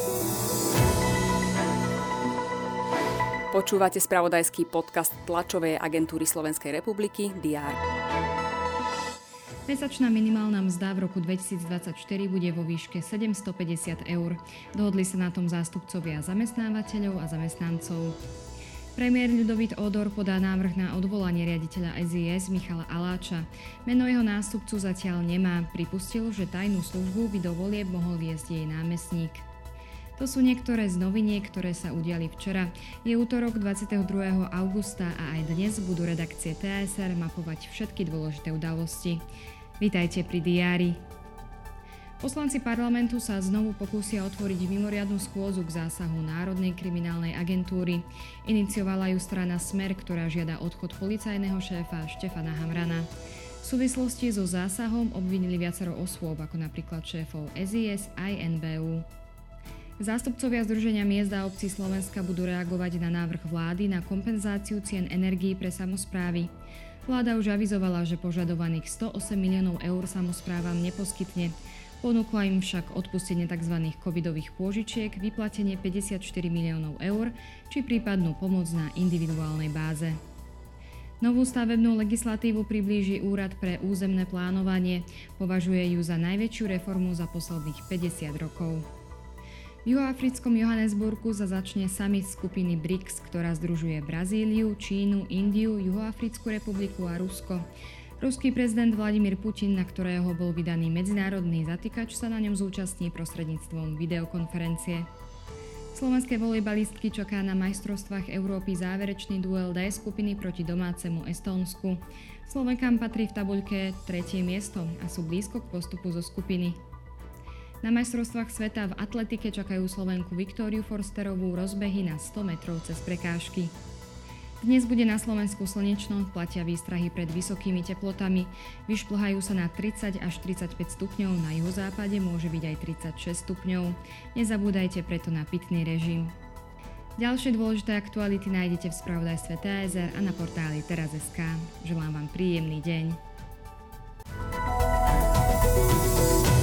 Počúvate spravodajský podcast tlačovej agentúry Slovenskej republiky DR. Mesačná minimálna mzda v roku 2024 bude vo výške 750 eur. Dohodli sa na tom zástupcovia zamestnávateľov a zamestnancov. Premiér Ľudovít Ódor podá návrh na odvolanie riaditeľa SIS Michala Aláča. Meno jeho nástupcu zatiaľ nemá. Pripustil, že tajnú službu by do volieb mohol viesť jej námestník. To sú niektoré z noviniek, ktoré sa udiali včera. Je útorok 22. augusta a aj dnes budú redakcie TASR mapovať všetky dôležité udalosti. Vítajte pri diári. Poslanci parlamentu sa znovu pokúsia otvoriť mimoriadnu schôdzu k zásahu Národnej kriminálnej agentúry. Iniciovala ju strana Smer, ktorá žiada odchod policajného šéfa Štefana Hamrana. V súvislosti so zásahom obvinili viacero osôb, ako napríklad šéfov SIS aj NBÚ. Zástupcovia Združenia miest a obcí Slovenska budú reagovať na návrh vlády na kompenzáciu cien energií pre samosprávy. Vláda už avizovala, že požadovaných 108 miliónov eur samosprávam neposkytne. Ponúkla im však odpustenie tzv. Covidových pôžičiek, vyplatenie 54 miliónov eur či prípadnú pomoc na individuálnej báze. Novú stavebnú legislatívu priblíži Úrad pre územné plánovanie. Považuje ju za najväčšiu reformu za posledných 50 rokov. V juhoafrickom Johannesburgu sa začne summit skupiny BRICS, ktorá združuje Brazíliu, Čínu, Indiu, Juhoafrickú republiku a Rusko. Ruský prezident Vladimír Putin, na ktorého bol vydaný medzinárodný zatýkač, sa na ňom zúčastní prostredníctvom videokonferencie. Slovenské volejbalistky čaká na majstrovstvách Európy záverečný duel D skupiny proti domácemu Estónsku. Slovenkám patrí v tabuľke 3. miesto a sú blízko k postupu zo skupiny. Na majstrovstvách sveta v atletike čakajú Slovenku Viktóriu Forsterovú rozbehy na 100 metrov cez prekážky. Dnes bude na Slovensku slnečno, platia výstrahy pred vysokými teplotami. Vyšplhajú sa na 30 až 35 stupňov, na juhozápade môže byť aj 36 stupňov. Nezabúdajte preto na pitný režim. Ďalšie dôležité aktuality nájdete v spravodajstve TASR a na portáli teraz.sk. Želám vám príjemný deň.